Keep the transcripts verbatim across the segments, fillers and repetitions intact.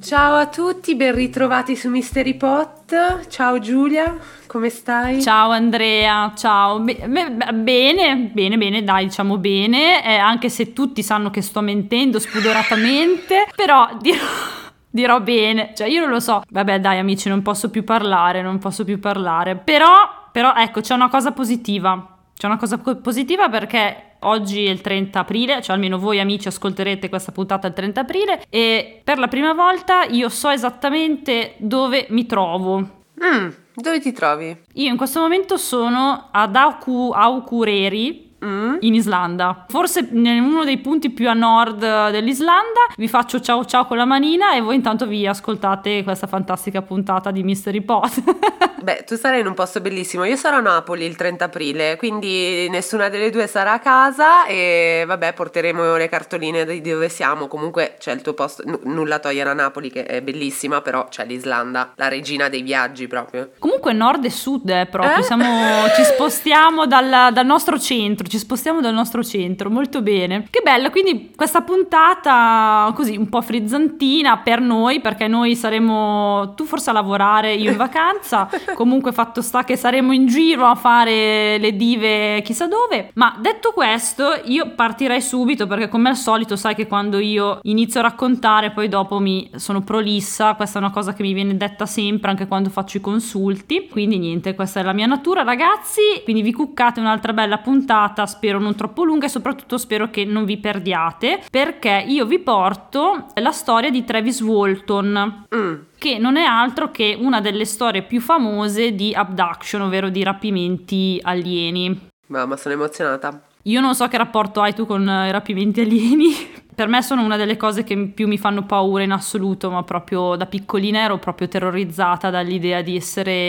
Ciao a tutti, ben ritrovati su Mystery Pot. Ciao Giulia, come stai? Ciao Andrea, ciao. Be- be- bene, bene, bene, dai, diciamo bene, eh, anche se tutti sanno che sto mentendo spudoratamente, però dirò, dirò bene, cioè io non lo so. Vabbè, dai amici, non posso più parlare, non posso più parlare, però, però ecco, c'è una cosa positiva. C'è una cosa positiva perché oggi è il trenta aprile, cioè almeno voi amici ascolterete questa puntata il trenta aprile e per la prima volta io so esattamente dove mi trovo. Mm, dove ti trovi? Io in questo momento sono ad Auku, Akureyri, Mm. in Islanda, forse in uno dei punti più a nord dell'Islanda. Vi faccio ciao ciao con la manina e voi intanto vi ascoltate questa fantastica puntata di Mystery Pot. Beh, tu sarai in un posto bellissimo, io sarò a Napoli il trenta aprile, quindi nessuna delle due sarà a casa e vabbè, porteremo le cartoline di dove siamo. Comunque c'è il tuo posto, n- nulla togliere a Napoli che è bellissima, però c'è l'Islanda, la regina dei viaggi proprio. Comunque nord e sud è proprio, Eh? siamo, ci spostiamo dal, dal nostro centro, ci spostiamo dal nostro centro, molto bene. Che bella, quindi questa puntata così un po' frizzantina per noi, perché noi saremo, tu forse a lavorare, io in vacanza, comunque fatto sta che saremo in giro a fare le dive chissà dove. Ma detto questo, io partirei subito perché come al solito sai che quando io inizio a raccontare poi dopo mi sono prolissa, questa è una cosa che mi viene detta sempre anche quando faccio i consulti, quindi niente, questa è la mia natura ragazzi, quindi vi cuccate un'altra bella puntata, spero non troppo lunga e soprattutto spero che non vi perdiate perché io vi porto la storia di Travis Walton. Mm. Che non è altro che una delle storie più famose di abduction, ovvero di rapimenti alieni. Mamma, sono emozionata. Io non so che rapporto hai tu con i rapimenti alieni. Per me sono una delle cose che più mi fanno paura in assoluto, ma proprio da piccolina ero proprio terrorizzata dall'idea di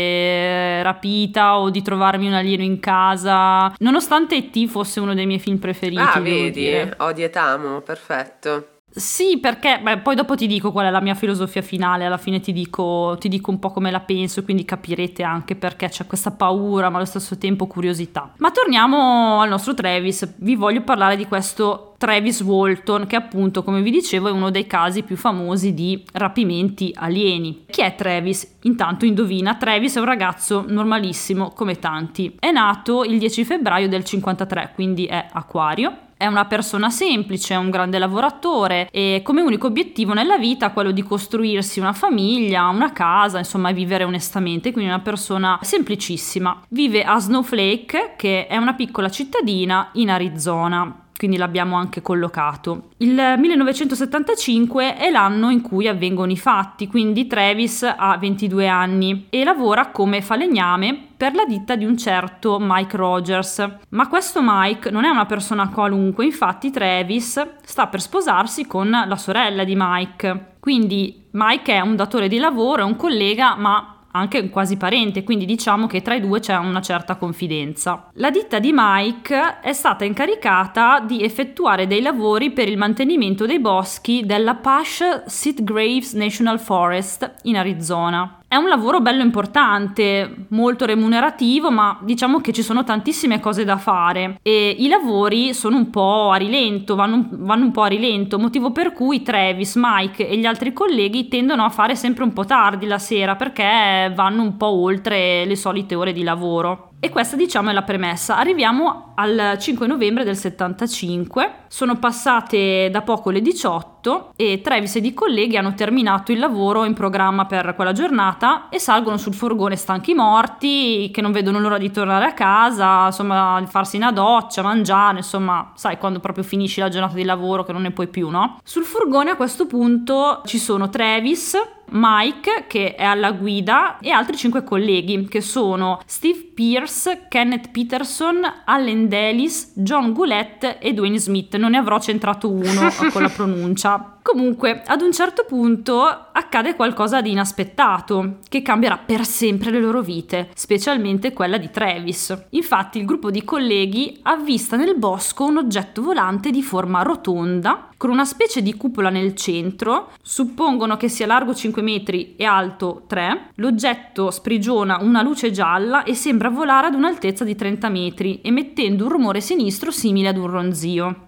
essere rapita o di trovarmi un alieno in casa, nonostante E T fosse uno dei miei film preferiti. Ah, vedi, odi et amo, perfetto. Sì, perché beh, poi dopo ti dico qual è la mia filosofia finale, alla fine ti dico, ti dico un po' come la penso, quindi capirete anche perché c'è questa paura ma allo stesso tempo curiosità. Ma torniamo al nostro Travis, vi voglio parlare di questo Travis Walton che appunto come vi dicevo è uno dei casi più famosi di rapimenti alieni. Chi è Travis? Intanto indovina, Travis è un ragazzo normalissimo come tanti, è nato il dieci febbraio del cinquantatré, quindi è Acquario. È una persona semplice, è un grande lavoratore e come unico obiettivo nella vita ha quello di costruirsi una famiglia, una casa, insomma vivere onestamente, quindi una persona semplicissima. Vive a Snowflake, che è una piccola cittadina in Arizona. Quindi l'abbiamo anche collocato. Il millenovecentosettantacinque è l'anno in cui avvengono i fatti, quindi Travis ha ventidue anni e lavora come falegname per la ditta di un certo Mike Rogers. Ma questo Mike non è una persona qualunque, infatti Travis sta per sposarsi con la sorella di Mike. Quindi Mike è un datore di lavoro, è un collega, ma anche un quasi parente, quindi diciamo che tra i due c'è una certa confidenza. La ditta di Mike è stata incaricata di effettuare dei lavori per il mantenimento dei boschi della Apache Sitgraves National Forest in Arizona. È un lavoro bello importante, molto remunerativo, ma diciamo che ci sono tantissime cose da fare e i lavori sono un po' a rilento, vanno, vanno un po' a rilento, motivo per cui Travis, Mike e gli altri colleghi tendono a fare sempre un po' tardi la sera perché vanno un po' oltre le solite ore di lavoro. E questa diciamo è la premessa. Arriviamo al cinque novembre del settantacinque, sono passate da poco le diciotto e Travis ed i colleghi hanno terminato il lavoro in programma per quella giornata e salgono sul furgone stanchi morti che non vedono l'ora di tornare a casa, insomma farsi una doccia, mangiare, insomma sai quando proprio finisci la giornata di lavoro che non ne puoi più, no? Sul furgone a questo punto ci sono Travis, Mike che è alla guida e altri cinque colleghi che sono Steve Pierce, Kenneth Peterson, Allen Delis, John Goulet e Dwayne Smith. Non ne avrò centrato uno con la pronuncia. Comunque, ad un certo punto accade qualcosa di inaspettato che cambierà per sempre le loro vite, specialmente quella di Travis. Infatti, il gruppo di colleghi avvista nel bosco un oggetto volante di forma rotonda con una specie di cupola nel centro. Suppongono che sia largo cinque metri e alto tre. L'oggetto sprigiona una luce gialla e sembra volare ad un'altezza di trenta metri, emettendo un rumore sinistro simile ad un ronzio.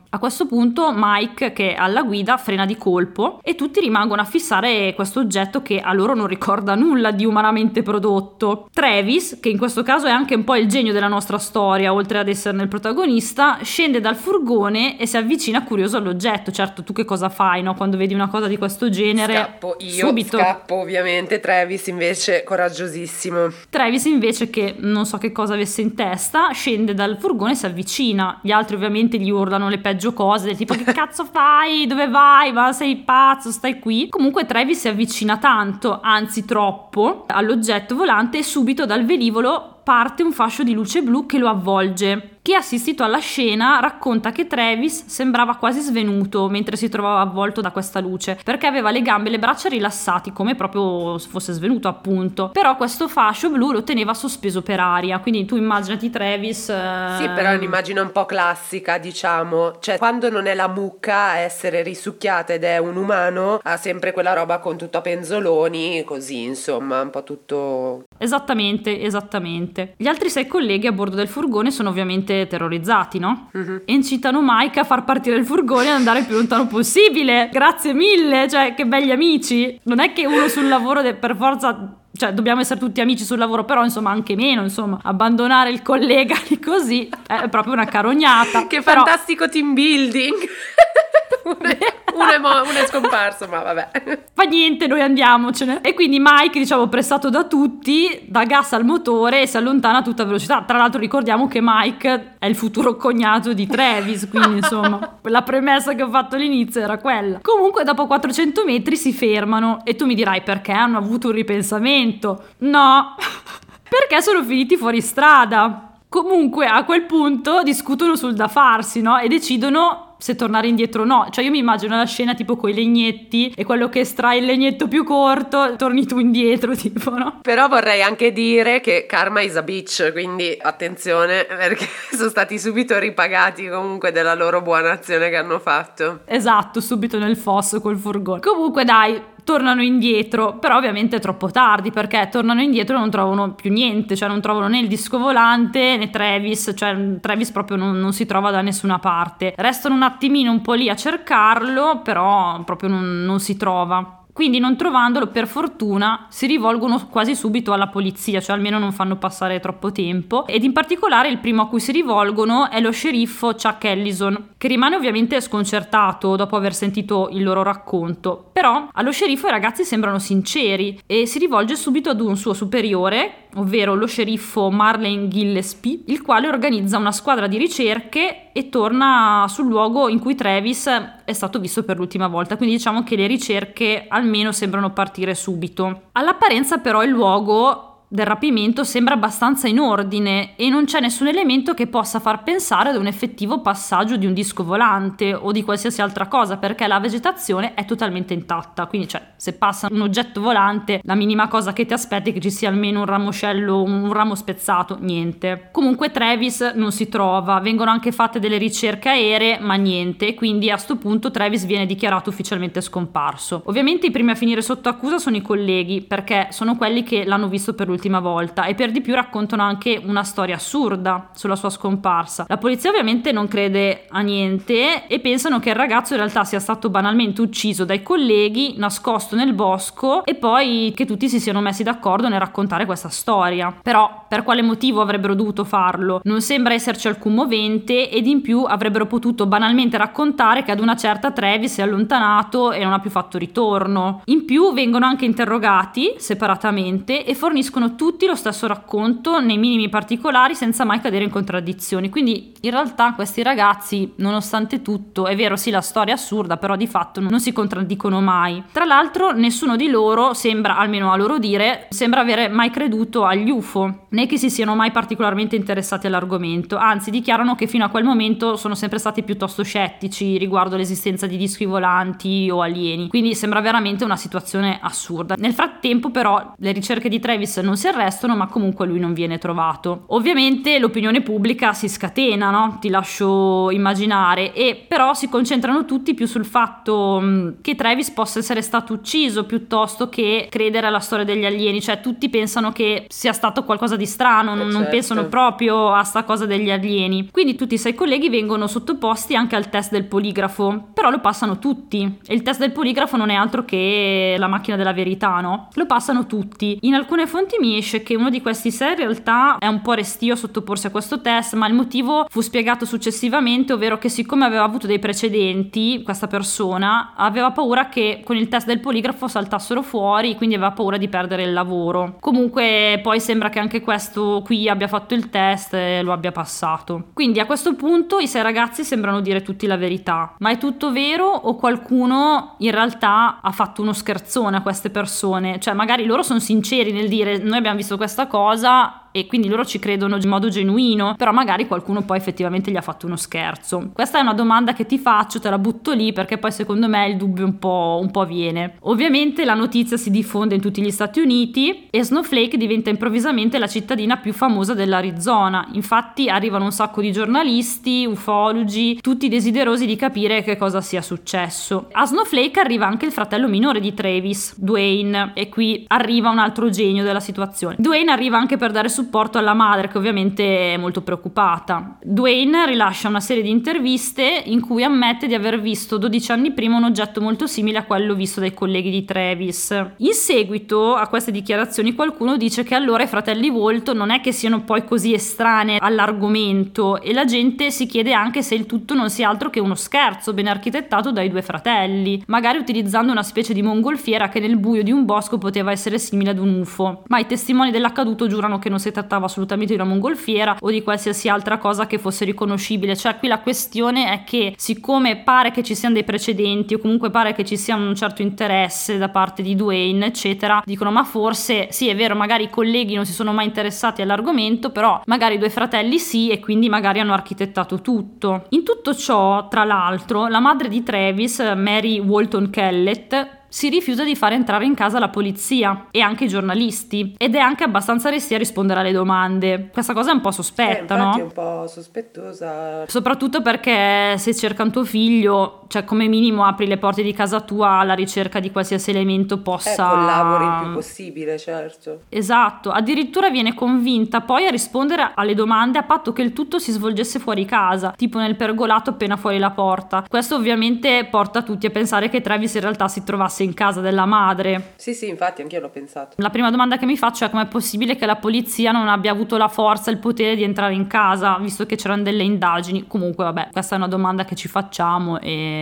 A questo punto Mike, che è alla guida, frena di colpo e tutti rimangono a fissare questo oggetto che a loro non ricorda nulla di umanamente prodotto. Travis, che in questo caso è anche un po' il genio della nostra storia, oltre ad esserne il protagonista, scende dal furgone e si avvicina curioso all'oggetto. Certo, tu che cosa fai, no? Quando vedi una cosa di questo genere? Scappo, io subito. scappo ovviamente. Travis invece coraggiosissimo. Travis invece, che non so che cosa avesse in testa, scende dal furgone e si avvicina. Gli altri ovviamente gli urlano le peggio cose, tipo che cazzo fai? Dove vai? Ma sei pazzo? Stai qui? Comunque Travis si avvicina tanto, anzi troppo, all'oggetto volante e subito dal velivolo parte un fascio di luce blu che lo avvolge. Chi ha assistito alla scena racconta che Travis sembrava quasi svenuto mentre si trovava avvolto da questa luce, perché aveva le gambe e le braccia rilassati, come proprio se fosse svenuto appunto. Però questo fascio blu lo teneva sospeso per aria, quindi tu immaginati Travis... Eh... Sì, però è un'immagine un po' classica, diciamo. Cioè, quando non è la mucca a essere risucchiata ed è un umano, ha sempre quella roba con tutto a penzoloni, così, insomma, un po' tutto... Esattamente, esattamente. Gli altri sei colleghi a bordo del furgone sono ovviamente terrorizzati, no? Mm-hmm. E incitano Mike a far partire il furgone e andare il più lontano possibile. Grazie mille, cioè che belli amici. Non è che uno sul lavoro de- per forza, cioè dobbiamo essere tutti amici sul lavoro, però insomma anche meno, insomma, abbandonare il collega lì così è proprio una carognata. Che però... fantastico team building. uno, è mo- uno è scomparso, ma vabbè. Fa niente, noi andiamocene. E quindi Mike, diciamo, pressato da tutti, dà gas al motore e si allontana a tutta velocità. Tra l'altro ricordiamo che Mike è il futuro cognato di Travis, quindi insomma la premessa che ho fatto all'inizio era quella. Comunque dopo quattrocento metri si fermano e tu mi dirai perché hanno avuto un ripensamento. No, perché sono finiti fuori strada. Comunque a quel punto discutono sul da farsi, no? E decidono se tornare indietro o no. Cioè io mi immagino la scena tipo coi legnetti e quello che estrae il legnetto più corto torni tu indietro, tipo, no? Però vorrei anche dire che karma is a bitch, quindi attenzione, perché sono stati subito ripagati comunque della loro buona azione che hanno fatto. Esatto, subito nel fosso col furgone. Comunque dai, tornano indietro, però ovviamente è troppo tardi, perché tornano indietro e non trovano più niente, cioè non trovano né il disco volante né Travis, cioè Travis proprio non, non si trova da nessuna parte. Restano un attimino un po' lì a cercarlo, però proprio non, non si trova. Quindi non trovandolo, per fortuna, si rivolgono quasi subito alla polizia, cioè almeno non fanno passare troppo tempo, ed in particolare il primo a cui si rivolgono è lo sceriffo Chuck Ellison, che rimane ovviamente sconcertato dopo aver sentito il loro racconto. Però allo sceriffo i ragazzi sembrano sinceri e si rivolge subito ad un suo superiore, ovvero lo sceriffo Marlene Gillespie, il quale organizza una squadra di ricerche e torna sul luogo in cui Travis è stato visto per l'ultima volta, quindi diciamo che le ricerche almeno sembrano partire subito. All'apparenza però il luogo del rapimento sembra abbastanza in ordine e non c'è nessun elemento che possa far pensare ad un effettivo passaggio di un disco volante o di qualsiasi altra cosa, perché la vegetazione è totalmente intatta, quindi cioè se passa un oggetto volante la minima cosa che ti aspetti è che ci sia almeno un ramoscello, un ramo spezzato, niente. Comunque Travis non si trova, vengono anche fatte delle ricerche aeree ma niente, quindi a sto punto Travis viene dichiarato ufficialmente scomparso. Ovviamente i primi a finire sotto accusa sono i colleghi, perché sono quelli che l'hanno visto per l'ultima volta e per di più raccontano anche una storia assurda sulla sua scomparsa. La polizia ovviamente non crede a niente e pensano che il ragazzo in realtà sia stato banalmente ucciso dai colleghi, nascosto nel bosco, e poi che tutti si siano messi d'accordo nel raccontare questa storia. Però per quale motivo avrebbero dovuto farlo? Non sembra esserci alcun movente ed in più avrebbero potuto banalmente raccontare che ad una certa Travis si è allontanato e non ha più fatto ritorno. In più vengono anche interrogati separatamente e forniscono tutti lo stesso racconto nei minimi particolari senza mai cadere in contraddizioni, quindi in realtà questi ragazzi, nonostante tutto, è vero sì la storia è assurda, però di fatto non si contraddicono mai. Tra l'altro nessuno di loro sembra, almeno a loro dire, sembra avere mai creduto agli U F O, né che si siano mai particolarmente interessati all'argomento, anzi dichiarano che fino a quel momento sono sempre stati piuttosto scettici riguardo l'esistenza di dischi volanti o alieni, quindi sembra veramente una situazione assurda. Nel frattempo però le ricerche di Travis non si arrestano, ma comunque lui non viene trovato. Ovviamente l'opinione pubblica si scatena, no? Ti lascio immaginare, e però si concentrano tutti più sul fatto mh, che Travis possa essere stato ucciso piuttosto che credere alla storia degli alieni, cioè tutti pensano che sia stato qualcosa di strano, non, certo. non pensano proprio a sta cosa degli alieni. Quindi tutti i sei colleghi vengono sottoposti anche al test del poligrafo, però lo passano tutti. E il test del poligrafo non è altro che la macchina della verità, no? Lo passano tutti. In alcune fonti mi esce che uno di questi sei in realtà è un po' restio a sottoporsi a questo test, ma il motivo fu spiegato successivamente, ovvero che siccome aveva avuto dei precedenti, questa persona aveva paura che con il test del poligrafo saltassero fuori, quindi aveva paura di perdere il lavoro. Comunque poi sembra che anche questo qui abbia fatto il test e lo abbia passato. Quindi a questo punto i sei ragazzi sembrano dire tutti la verità, ma è tutto vero o qualcuno in realtà ha fatto uno scherzone a queste persone? Cioè magari loro sono sinceri nel dire noi abbiamo visto questa cosa e quindi loro ci credono in modo genuino, però magari qualcuno poi effettivamente gli ha fatto uno scherzo. Questa è una domanda che ti faccio, te la butto lì perché poi secondo me il dubbio un po', un po' viene. Ovviamente la notizia si diffonde in tutti gli Stati Uniti e Snowflake diventa improvvisamente la cittadina più famosa dell'Arizona. Infatti arrivano un sacco di giornalisti, ufologi, tutti desiderosi di capire che cosa sia successo. A Snowflake arriva anche il fratello minore di Travis, Dwayne, e qui arriva un altro genio della situazione. Dwayne arriva anche per dare supporto alla madre, che ovviamente è molto preoccupata. Dwayne rilascia una serie di interviste in cui ammette di aver visto dodici anni prima un oggetto molto simile a quello visto dai colleghi di Travis. In seguito a queste dichiarazioni qualcuno dice che allora i fratelli Walton non è che siano poi così estranei all'argomento e la gente si chiede anche se il tutto non sia altro che uno scherzo ben architettato dai due fratelli, magari utilizzando una specie di mongolfiera che nel buio di un bosco poteva essere simile ad un U F O. Ma i testimoni dell'accaduto giurano che non si trattava assolutamente di una mongolfiera o di qualsiasi altra cosa che fosse riconoscibile. Cioè qui la questione è che siccome pare che ci siano dei precedenti o comunque pare che ci sia un certo interesse da parte di Dwayne eccetera, dicono ma forse sì è vero, magari i colleghi non si sono mai interessati all'argomento, però magari i due fratelli sì e quindi magari hanno architettato tutto. In tutto ciò, tra l'altro, la madre di Travis, Mary Walton Kellett, si rifiuta di fare entrare in casa la polizia e anche i giornalisti ed è anche abbastanza restia a rispondere alle domande. Questa cosa è un po' sospetta, eh, no? È un po' sospettosa. Soprattutto perché se cercano tuo figlio, cioè come minimo apri le porte di casa tua alla ricerca di qualsiasi elemento possa... Eh, collabori il più possibile, certo. Esatto, addirittura viene convinta poi a rispondere alle domande a patto che il tutto si svolgesse fuori casa, tipo nel pergolato appena fuori la porta. Questo ovviamente porta tutti a pensare che Travis in realtà si trovasse in casa della madre. Sì, sì, infatti anch'io l'ho pensato. La prima domanda che mi faccio è com'è possibile che la polizia non abbia avuto la forza e il potere di entrare in casa, visto che c'erano delle indagini. Comunque, vabbè, questa è una domanda che ci facciamo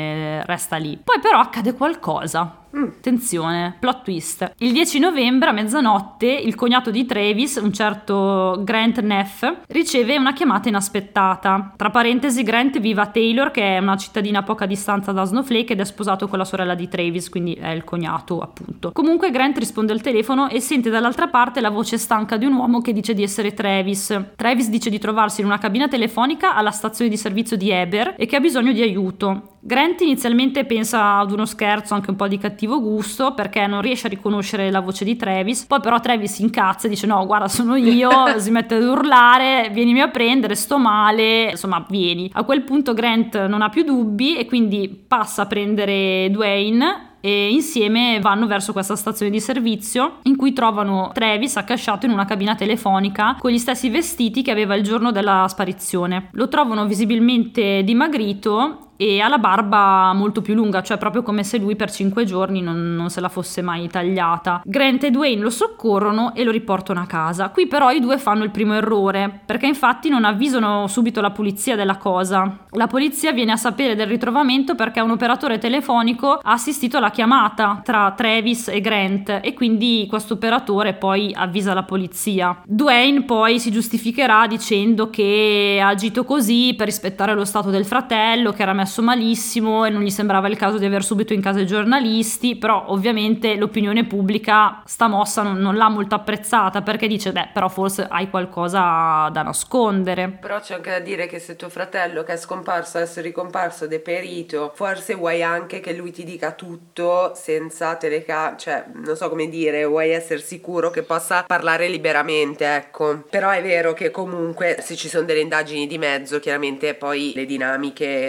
e resta lì. Poi però accade qualcosa. Mm. Attenzione, plot twist. Il dieci novembre a mezzanotte il cognato di Travis, un certo Grant Neff, riceve una chiamata inaspettata. Tra parentesi, Grant vive a Taylor, che è una cittadina a poca distanza da Snowflake ed è sposato con la sorella di Travis, quindi è il cognato appunto. Comunque Grant risponde al telefono e sente dall'altra parte la voce stanca di un uomo che dice di essere Travis. Travis dice di trovarsi in una cabina telefonica alla stazione di servizio di Eber e che ha bisogno di aiuto. Grant inizialmente pensa ad uno scherzo, anche un po' di cattivo gusto, perché non riesce a riconoscere la voce di Travis. Poi però Travis si incazza e dice no guarda sono io, si mette ad urlare, vienimi a prendere, sto male, insomma vieni. A quel punto Grant non ha più dubbi e quindi passa a prendere Dwayne e insieme vanno verso questa stazione di servizio in cui trovano Travis accasciato in una cabina telefonica con gli stessi vestiti che aveva il giorno della sparizione. Lo trovano visibilmente dimagrito e ha la barba molto più lunga, cioè proprio come se lui per cinque giorni non, non se la fosse mai tagliata. Grant e Dwayne lo soccorrono e lo riportano a casa. Qui però i due fanno il primo errore, perché infatti non avvisano subito la polizia della cosa. La polizia viene a sapere del ritrovamento perché un operatore telefonico ha assistito alla chiamata tra Travis e Grant e quindi questo operatore poi avvisa la polizia. Dwayne poi si giustificherà dicendo che ha agito così per rispettare lo stato del fratello, che era messo malissimo e non gli sembrava il caso di aver subito in casa i giornalisti, però ovviamente l'opinione pubblica sta mossa non, non l'ha molto apprezzata perché dice beh però forse hai qualcosa da nascondere. Però c'è anche da dire che se tuo fratello che è scomparso adesso è ricomparso, deperito, forse vuoi anche che lui ti dica tutto senza telecamera, cioè non so come dire, vuoi essere sicuro che possa parlare liberamente, ecco. Però è vero che comunque se ci sono delle indagini di mezzo chiaramente poi le dinamiche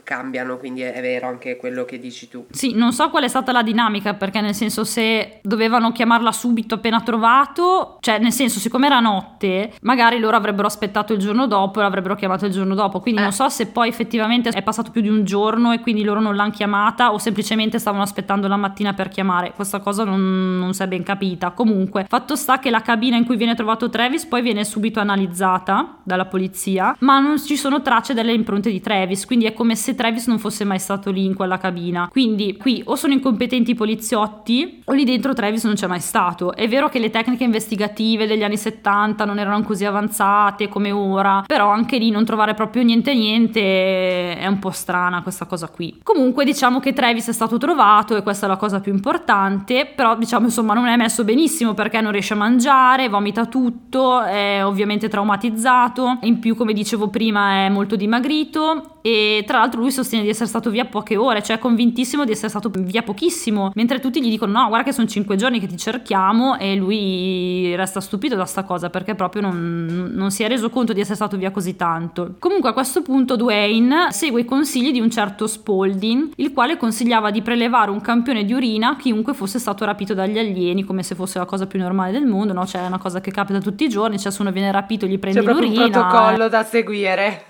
cambiano, quindi è, è vero anche quello che dici tu. Sì, non so qual è stata la dinamica, perché nel senso, se dovevano chiamarla subito appena trovato, cioè nel senso, siccome era notte, magari loro avrebbero aspettato il giorno dopo e l'avrebbero chiamato il giorno dopo, quindi eh. non so se poi effettivamente è passato più di un giorno e quindi loro non l'hanno chiamata o semplicemente stavano aspettando la mattina per chiamare. Questa cosa non, non si è ben capita. Comunque, fatto sta che la cabina in cui viene trovato Travis poi viene subito analizzata dalla polizia, ma non ci sono tracce delle impronte di Travis, quindi è come se Travis non fosse mai stato lì in quella cabina. Quindi qui o sono incompetenti i poliziotti o lì dentro Travis non c'è mai stato. È vero che le tecniche investigative degli anni settanta non erano così avanzate come ora, però anche lì non trovare proprio niente niente è un po' strana questa cosa qui. Comunque diciamo che Travis è stato trovato e questa è la cosa più importante, però diciamo insomma non è messo benissimo perché non riesce a mangiare, vomita tutto, è ovviamente traumatizzato, in più come dicevo prima è molto dimagrito e tra l'altro lui sostiene di essere stato via poche ore, cioè è convintissimo di essere stato via pochissimo, mentre tutti gli dicono no guarda che sono cinque giorni che ti cerchiamo, e lui resta stupito da sta cosa perché proprio non, non si è reso conto di essere stato via così tanto. Comunque a questo punto Dwayne segue i consigli di un certo Spaulding, il quale consigliava di prelevare un campione di urina a chiunque fosse stato rapito dagli alieni, come se fosse la cosa più normale del mondo, no? Cioè è una cosa che capita tutti i giorni, cioè se uno viene rapito gli prendi l'urina. C'è proprio un protocollo eh. da seguire.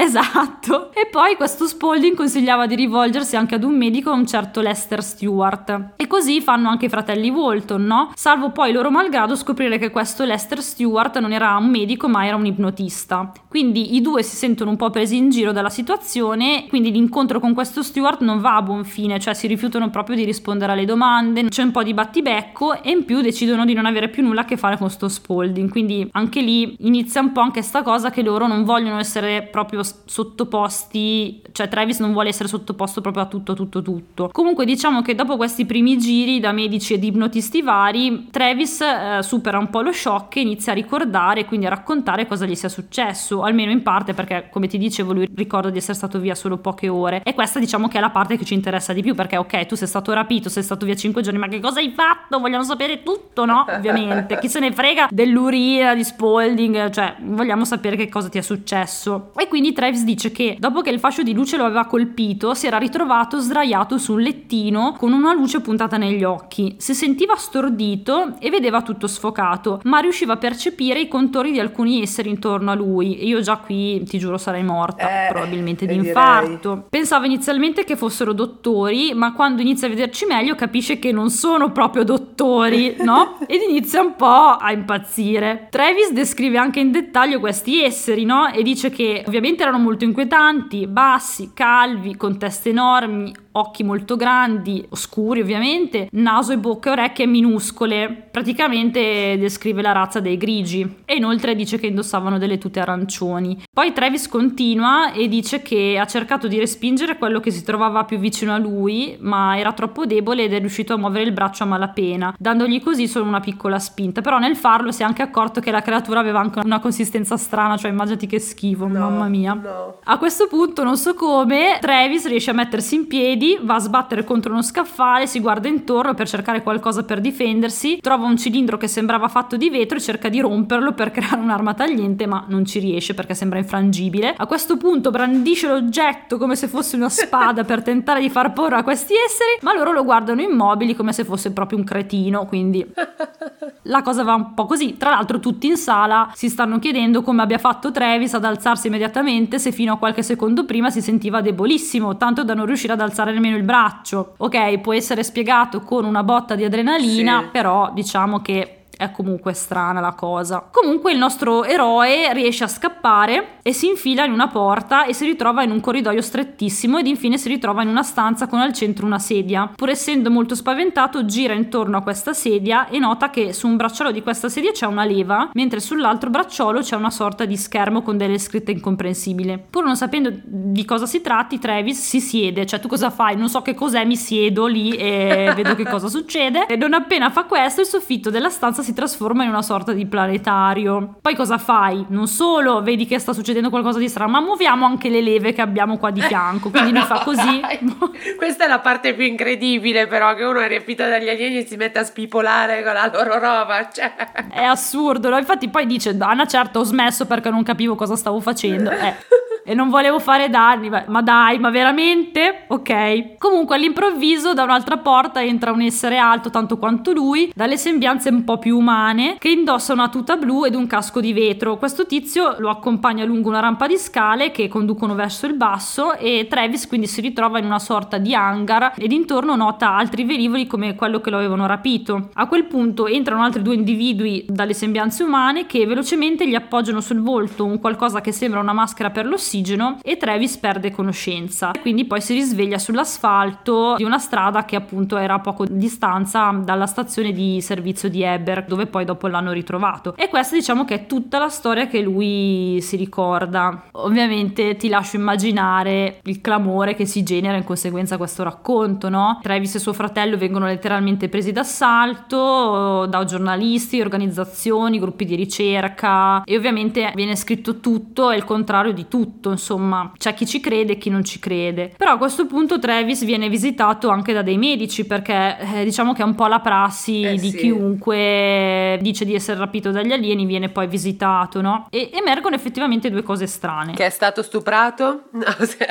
Esatto. E poi questo Spaulding consigliava di rivolgersi anche ad un medico, un certo Lester Stewart, e così fanno anche i fratelli Walton, no? Salvo poi loro malgrado scoprire che questo Lester Stewart non era un medico ma era un ipnotista, quindi i due si sentono un po' presi in giro dalla situazione, quindi l'incontro con questo Stewart non va a buon fine, cioè si rifiutano proprio di rispondere alle domande, c'è un po' di battibecco e in più decidono di non avere più nulla a che fare con sto Spaulding, quindi anche lì inizia un po' anche sta cosa che loro non vogliono essere proprio sottoposti, cioè Travis non vuole essere sottoposto proprio a tutto tutto tutto. Comunque diciamo che dopo questi primi giri da medici ed ipnotisti vari, Travis eh, supera un po' lo shock e inizia a ricordare, quindi a raccontare cosa gli sia successo, almeno in parte, perché come ti dicevo lui ricorda di essere stato via solo poche ore, e questa diciamo che è la parte che ci interessa di più, perché ok, tu sei stato rapito, sei stato via cinque giorni, ma che cosa hai fatto? Vogliamo sapere tutto, no? Ovviamente, chi se ne frega dell'urina di Spaulding, cioè vogliamo sapere che cosa ti è successo. E quindi Travis dice che dopo che il fascio di luce lo aveva colpito si era ritrovato sdraiato su un lettino con una luce puntata negli occhi, si sentiva stordito e vedeva tutto sfocato, ma riusciva a percepire i contori di alcuni esseri intorno a lui. E io già qui ti giuro sarei morta, eh, probabilmente di infarto. Direi. Pensava inizialmente che fossero dottori, ma quando inizia a vederci meglio capisce che non sono proprio dottori, no? Ed inizia un po' a impazzire. Travis descrive anche in dettaglio questi esseri, no? E dice che ovviamente erano molto inquietanti, bassi, calvi, con teste enormi, occhi molto grandi, oscuri ovviamente, naso e bocca e orecchie minuscole. Praticamente descrive la razza dei grigi e inoltre dice che indossavano delle tute arancioni. Poi Travis continua e dice che ha cercato di respingere quello che si trovava più vicino a lui, ma era troppo debole ed è riuscito a muovere il braccio a malapena, dandogli così solo una piccola spinta. Però nel farlo si è anche accorto che la creatura aveva anche una consistenza strana, cioè immaginati che schifo, no, mamma mia. No. A questo punto non so come Travis riesce a mettersi in piedi, va a sbattere contro uno scaffale, si guarda intorno per cercare qualcosa per difendersi, trova un cilindro che sembrava fatto di vetro e cerca di romperlo per creare un'arma tagliente, ma non ci riesce perché sembra infrangibile. A questo punto brandisce l'oggetto come se fosse una spada per tentare di far paura a questi esseri, ma loro lo guardano immobili come se fosse proprio un cretino, quindi la cosa va un po' così. Tra l'altro tutti in sala si stanno chiedendo come abbia fatto Travis ad alzarsi immediatamente se fino a qualche secondo prima si sentiva debolissimo, tanto da non riuscire ad alzare nemmeno il braccio. Ok, può essere spiegato con una botta di adrenalina, sì. Però diciamo che è comunque strana la cosa. Comunque il nostro eroe riesce a scappare e si infila in una porta e si ritrova in un corridoio strettissimo ed infine si ritrova in una stanza con al centro una sedia. Pur essendo molto spaventato gira intorno a questa sedia e nota che su un bracciolo di questa sedia c'è una leva, mentre sull'altro bracciolo c'è una sorta di schermo con delle scritte incomprensibili. Pur non sapendo di cosa si tratti, Travis si siede, cioè tu cosa fai? Non so che cos'è, mi siedo lì e vedo che cosa succede. E non appena fa questo il soffitto della stanza si trasforma in una sorta di planetario. Poi cosa fai? Non solo vedi che sta succedendo qualcosa di strano, ma muoviamo anche le leve che abbiamo qua di fianco, quindi lui fa così. Questa è la parte più incredibile, però, che uno è riempito dagli alieni e si mette a spipolare con la loro roba, cioè. È assurdo, no? Infatti poi dice, Anna certo ho smesso perché non capivo cosa stavo facendo, eh. e non volevo fare danni, ma, ma dai, ma veramente? Ok. Comunque all'improvviso da un'altra porta entra un essere alto tanto quanto lui, dalle sembianze un po' più umane, che indossa una tuta blu ed un casco di vetro. Questo tizio lo accompagna lungo una rampa di scale che conducono verso il basso e Travis quindi si ritrova in una sorta di hangar ed intorno nota altri velivoli come quello che lo avevano rapito. A quel punto entrano altri due individui dalle sembianze umane che velocemente gli appoggiano sul volto un qualcosa che sembra una maschera per l'ossigeno e Travis perde conoscenza. Quindi poi si risveglia sull'asfalto di una strada che appunto era a poco distanza dalla stazione di servizio di Eber, dove poi dopo l'hanno ritrovato. E questa diciamo che è tutta la storia che lui si ricorda. Ovviamente ti lascio immaginare il clamore che si genera in conseguenza a questo racconto, no? Travis e suo fratello vengono letteralmente presi d'assalto da giornalisti, organizzazioni, gruppi di ricerca e ovviamente viene scritto tutto e il contrario di tutto, insomma c'è chi ci crede e chi non ci crede. Però a questo punto Travis viene visitato anche da dei medici perché eh, diciamo che è un po' la prassi eh, di sì. chiunque dice di essere rapito dagli alieni viene poi visitato, no? E emergono effettivamente due cose strane. Che è stato stuprato? No,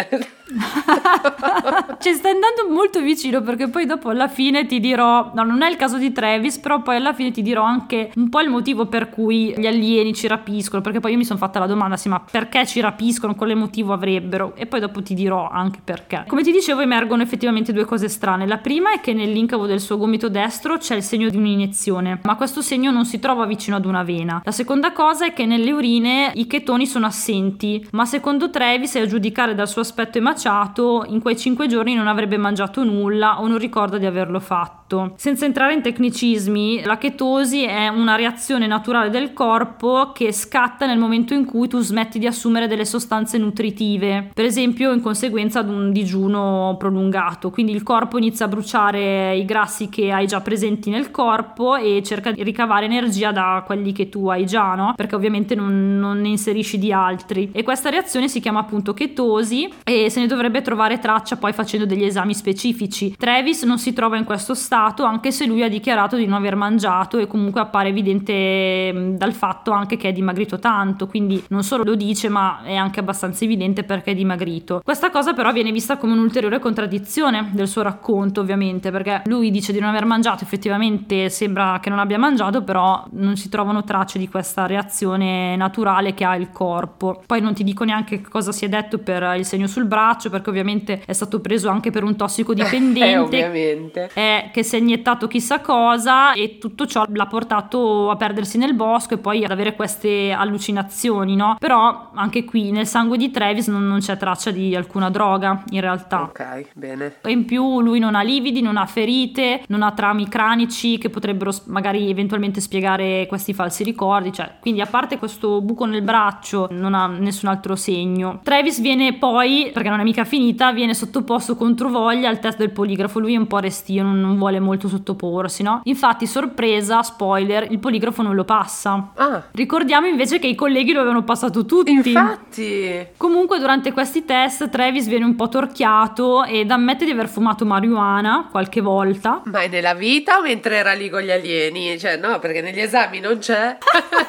ci stai andando molto vicino perché poi dopo alla fine ti dirò, no non è il caso di Travis, però poi alla fine ti dirò anche un po' il motivo per cui gli alieni ci rapiscono, perché poi io mi sono fatta la domanda sì ma perché ci rapiscono, quale motivo avrebbero, e poi dopo ti dirò anche perché. Come ti dicevo emergono effettivamente due cose strane. La prima è che nell'incavo del suo gomito destro c'è il segno di un'iniezione, ma questo segno non si trova vicino ad una vena. La seconda cosa è che nelle urine i chetoni sono assenti, ma secondo Travis, a giudicare dal suo aspetto emaciato, in quei cinque giorni non avrebbe mangiato nulla o non ricorda di averlo fatto. Senza entrare in tecnicismi, la chetosi è una reazione naturale del corpo che scatta nel momento in cui tu smetti di assumere delle sostanze nutritive, per esempio in conseguenza ad un digiuno prolungato. Quindi il corpo inizia a bruciare i grassi che hai già presenti nel corpo e cerca di ricavare energia da quelli che tu hai già, no? Perché ovviamente non, non ne inserisci di altri, e questa reazione si chiama appunto chetosi e se ne dovrebbe trovare traccia poi facendo degli esami specifici. Travis non si trova in questo stato, anche se lui ha dichiarato di non aver mangiato e comunque appare evidente dal fatto anche che è dimagrito tanto, quindi non solo lo dice ma è anche abbastanza evidente perché è dimagrito. Questa cosa però viene vista come un'ulteriore contraddizione del suo racconto, ovviamente, perché lui dice di non aver mangiato, effettivamente sembra che non abbia mangiato, però non si trovano tracce di questa reazione naturale che ha il corpo. Poi non ti dico neanche cosa si è detto per il segno sul braccio, perché ovviamente è stato preso anche per un tossicodipendente eh, ovviamente. Eh, che si è iniettato chissà cosa e tutto ciò l'ha portato a perdersi nel bosco e poi ad avere queste allucinazioni, no? Però anche qui nel sangue di Travis non, non c'è traccia di alcuna droga in realtà. Ok, bene. E in più lui non ha lividi, non ha ferite, non ha traumi cranici che potrebbero magari eventualmente spiegare questi falsi ricordi, cioè quindi a parte questo buco nel braccio non ha nessun altro segno. Travis viene poi, perché non è mica finita, viene sottoposto controvoglia al test del poligrafo. Lui è un po' restio, non, non vuole molto sottoporsi, no? Infatti, sorpresa, spoiler, il poligrafo non lo passa. Ah. Ricordiamo invece che i colleghi lo avevano passato tutti. Infatti. Comunque durante questi test Travis viene un po' torchiato ed ammette di aver fumato marijuana qualche volta. Ma è nella vita o mentre era lì con gli alieni? Cioè no, perché negli esami non c'è.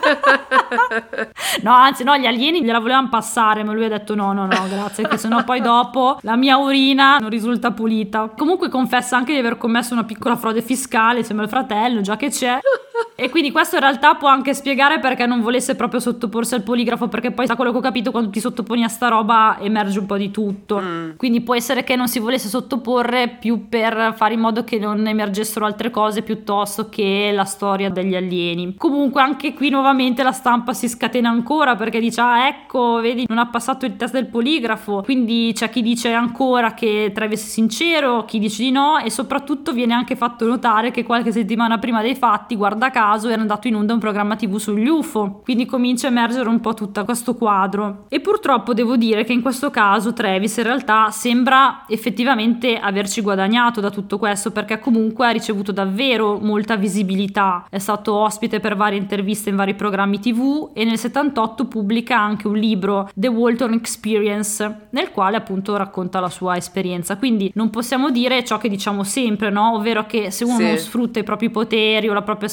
No, anzi no, gli alieni gliela volevano passare, ma lui ha detto no, no, no, grazie, che sennò poi dopo la mia urina non risulta pulita. Comunque confessa anche di aver commesso una piccola frode fiscale, sembra il fratello, già che c'è. E quindi questo in realtà può anche spiegare perché non volesse proprio sottoporsi al poligrafo, perché poi da quello che ho capito quando ti sottoponi a sta roba emerge un po' di tutto. Mm. Quindi può essere che non si volesse sottoporre più per fare in modo che non emergessero altre cose piuttosto che la storia degli alieni. Comunque anche qui nuovamente la stampa si scatena ancora perché dice ah ecco vedi non ha passato il test del poligrafo, quindi c'è chi dice ancora che Travis è sincero, chi dice di no, e soprattutto viene anche fatto notare che qualche settimana prima dei fatti, guarda caso, era andato in onda un programma tivù sugli U F O, quindi comincia a emergere un po' tutto questo quadro. E purtroppo devo dire che in questo caso Travis in realtà sembra effettivamente averci guadagnato da tutto questo, perché comunque ha ricevuto davvero molta visibilità, è stato ospite per varie interviste in vari programmi tivù e nel settantotto pubblica anche un libro, The Walton Experience, nel quale appunto racconta la sua esperienza. Quindi non possiamo dire ciò che diciamo sempre, no? Ovvero che se uno sì. non sfrutta i propri poteri o la propria esperienza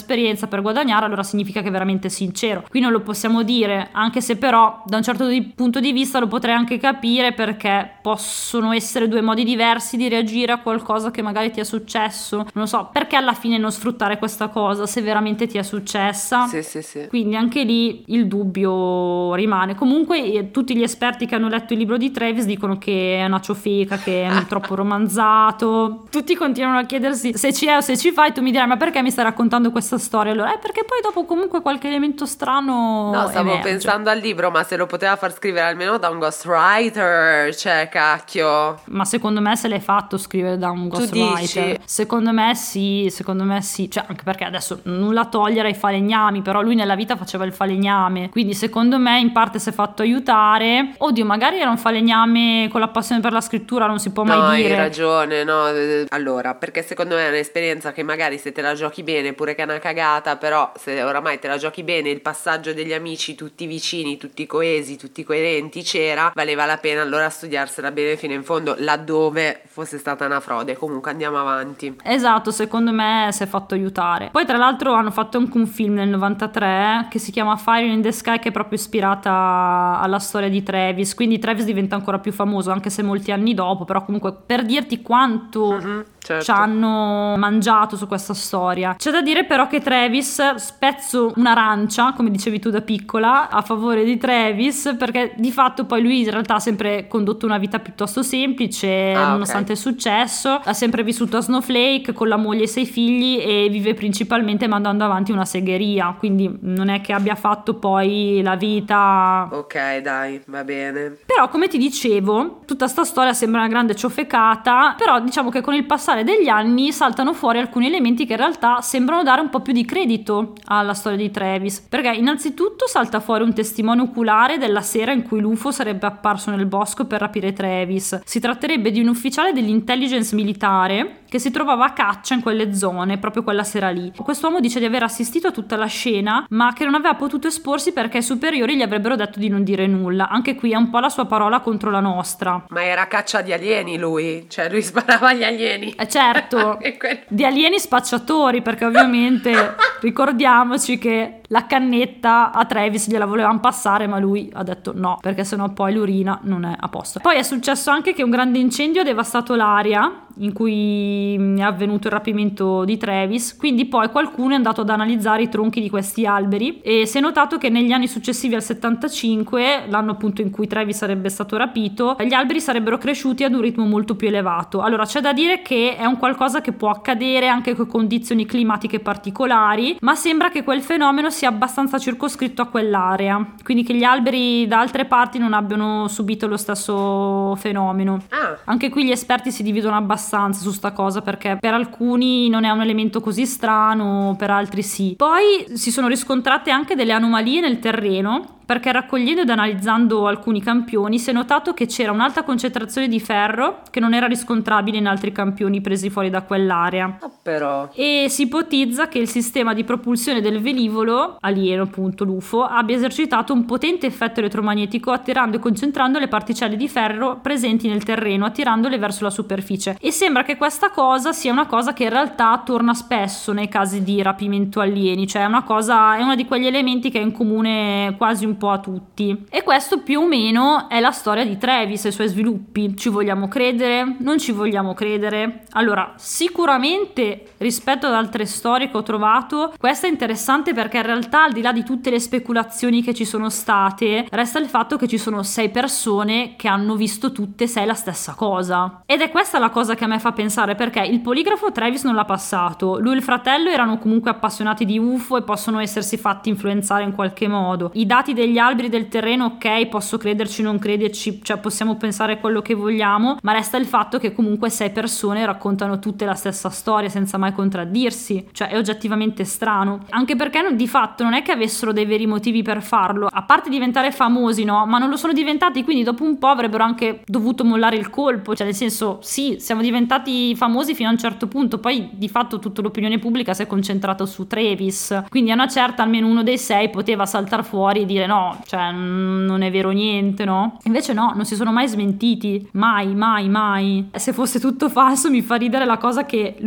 esperienza per guadagnare, allora significa che è veramente sincero. Qui non lo possiamo dire, anche se però da un certo di, punto di vista lo potrei anche capire, perché possono essere due modi diversi di reagire a qualcosa che magari ti è successo. Non lo so, perché alla fine non sfruttare questa cosa se veramente ti è successa? Sì, sì, sì. Quindi anche lì il dubbio rimane. Comunque eh, tutti gli esperti che hanno letto il libro di Travis dicono che è una ciofeca, che è troppo romanzato. Tutti continuano a chiedersi se ci è o se ci fa, e tu mi dirai: ma perché mi stai raccontando questa storia? Allora, eh, perché poi dopo comunque qualche elemento strano No, stavo emerge. pensando al libro, ma se lo poteva far scrivere almeno da un ghostwriter, cioè cacchio. Ma secondo me se l'hai fatto scrivere da un ghostwriter. Secondo me sì, secondo me sì. Cioè, anche perché adesso nulla togliere ai falegnami, però lui nella vita faceva il falegname, quindi secondo me in parte si è fatto aiutare. Oddio, magari era un falegname con la passione per la scrittura, non si può mai no, dire. Hai ragione, no. Allora, perché secondo me è un'esperienza che magari se te la giochi bene, pure che è una cagata, però se oramai te la giochi bene, il passaggio degli amici tutti vicini, tutti coesi, tutti coerenti c'era, valeva la pena allora studiarsela bene fino in fondo, laddove fosse stata una frode. Comunque andiamo avanti. Esatto, secondo me si è fatto aiutare. Poi tra l'altro hanno fatto anche un film nel novantatré che si chiama Fire in the Sky, che è proprio ispirata alla storia di Travis, quindi Travis diventa ancora più famoso anche se molti anni dopo, però comunque per dirti quanto mm-hmm, certo. ci hanno mangiato su questa storia. C'è da dire però che Travis, spezzo un'arancia, come dicevi tu da piccola, a favore di Travis, perché di fatto poi lui in realtà ha sempre condotto una vita piuttosto semplice, ah, nonostante okay. il successo, ha sempre vissuto a Snowflake con la moglie e sei figli e vive principalmente mandando avanti una segheria, quindi non è che abbia fatto poi la vita. Ok, dai, va bene. Però come ti dicevo, tutta sta storia sembra una grande ciofecata, però diciamo che con il passare degli anni saltano fuori alcuni elementi che in realtà sembrano dare un po' più di credito alla storia di Travis, perché innanzitutto salta fuori un testimone oculare della sera in cui l'U F O sarebbe apparso nel bosco per rapire Travis. Si tratterebbe di un ufficiale dell'intelligence militare che si trovava a caccia in quelle zone proprio quella sera lì. Quest'uomo dice di aver assistito a tutta la scena, ma che non aveva potuto esporsi perché i superiori gli avrebbero detto di non dire nulla. Anche qui è un po' la sua parola contro la nostra. Ma era a caccia di alieni lui, cioè lui sparava agli alieni. Eh certo, di alieni spacciatori, perché ovviamente ricordiamoci che la cannetta a Travis gliela volevano passare, ma lui ha detto no, perché sennò poi l'urina non è a posto. Poi è successo anche che un grande incendio ha devastato l'area in cui è avvenuto il rapimento di Travis, quindi poi qualcuno è andato ad analizzare i tronchi di questi alberi e si è notato che negli anni successivi al settantacinque, l'anno appunto in cui Travis sarebbe stato rapito, gli alberi sarebbero cresciuti ad un ritmo molto più elevato. Allora c'è da dire che è un qualcosa che può accadere anche con condizioni climatiche particolari, ma sembra che quel fenomeno sia abbastanza circoscritto a quell'area, quindi che gli alberi da altre parti non abbiano subito lo stesso fenomeno. Ah. Anche qui gli esperti si dividono abbastanza su sta cosa, perché per alcuni non è un elemento così strano, per altri sì. Poi si sono riscontrate anche delle anomalie nel terreno, perché raccogliendo ed analizzando alcuni campioni si è notato che c'era un'alta concentrazione di ferro che non era riscontrabile in altri campioni presi fuori da quell'area. Ah, però. E si ipotizza che il sistema di propulsione del velivolo alieno, appunto l'U F O, abbia esercitato un potente effetto elettromagnetico attirando e concentrando le particelle di ferro presenti nel terreno, attirandole verso la superficie. E sembra che questa cosa sia una cosa che in realtà torna spesso nei casi di rapimento alieni, cioè è una cosa, è uno di quegli elementi che è in comune quasi un po' a tutti. E questo più o meno è la storia di Travis e i suoi sviluppi. Ci vogliamo credere? Non ci vogliamo credere? Allora, sicuramente rispetto ad altre storie che ho trovato, questa è interessante perché in realtà al di là di tutte le speculazioni che ci sono state, resta il fatto che ci sono sei persone che hanno visto tutte e sei la stessa cosa. Ed è questa la cosa che a me fa pensare, perché il poligrafo Travis non l'ha passato, lui e il fratello erano comunque appassionati di U F O e possono essersi fatti influenzare in qualche modo. I dati degli alberi del terreno, ok, posso crederci, non crederci, cioè possiamo pensare quello che vogliamo, ma resta il fatto che comunque sei persone raccontano tutte la stessa storia senza mai contraddirsi, cioè è oggettivamente strano, anche perché non, di fatto non è che avessero dei veri motivi per farlo, a parte diventare famosi, no, ma non lo sono diventati, quindi dopo un po' avrebbero anche dovuto mollare il colpo, cioè nel senso sì, siamo diventati famosi fino a un certo punto, poi di fatto tutta l'opinione pubblica si è concentrata su Travis, quindi a una certa almeno uno dei sei poteva saltare fuori e dire no, cioè non è vero niente, no? Invece no, non si sono mai smentiti, mai, mai, mai. Se fosse tutto falso mi fa ridere la cosa che l'unico a non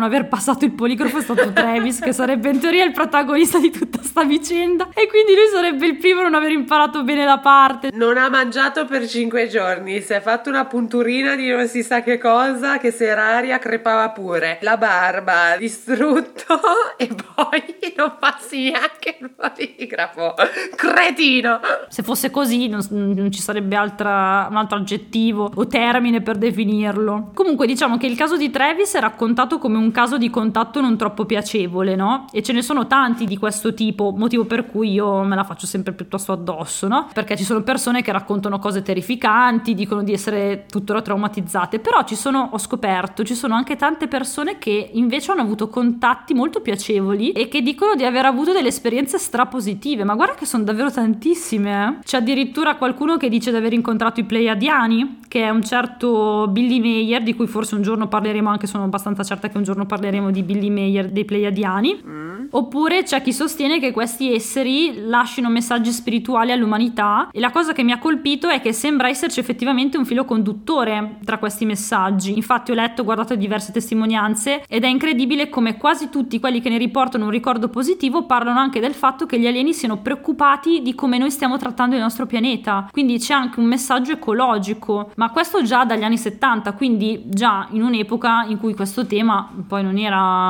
aver passato il poligrafo è stato Travis, che sarebbe in teoria il protagonista di tutta sta vicenda, e quindi lui sarebbe il primo a non aver imparato bene la parte. Non ha mangiato per cinque giorni, si è fatto una punturina di non si sa che cosa, che se era aria crepava pure, la barba distrutto e poi non passi neanche il poligrafo, cretino. Se fosse così non, non ci sarebbe altra, un altro aggettivo o termine per definirlo. Comunque diciamo che il caso di Travis è raccontato come un caso di contatto non troppo piacevole, no? E ce ne sono tanti di questo tipo, motivo per cui io me la faccio sempre piuttosto addosso, no? Perché ci sono persone che raccontano cose terrificanti, dicono di essere tuttora traumatizzate, però ci sono, ho scoperto, ci sono anche tante persone che invece hanno avuto contatti molto piacevoli e che dicono di aver avuto delle esperienze strapositive. Ma guarda che sono davvero tantissime, eh? C'è addirittura qualcuno che dice di aver incontrato i Pleiadiani, che è un certo Billy Mayer, di cui forse un giorno parleremo, anche sono abbastanza certa che un giorno parleremo di Billy Mayer dei Pleiadiani. Mm. Oppure c'è chi sostiene che questi esseri lasciano messaggi spirituali all'umanità, e la cosa che mi ha colpito è che sembra esserci effettivamente un filo conduttore tra questi messaggi. Infatti ho letto, guardato diverse testimonianze, ed è incredibile come quasi tutti quelli che ne riportano un ricordo positivo parlano anche del fatto che gli alieni siano preoccupati di come noi stiamo trattando il nostro pianeta, quindi c'è anche un messaggio ecologico, ma questo già dagli anni settanta, quindi già in un'epoca in cui questo tema poi non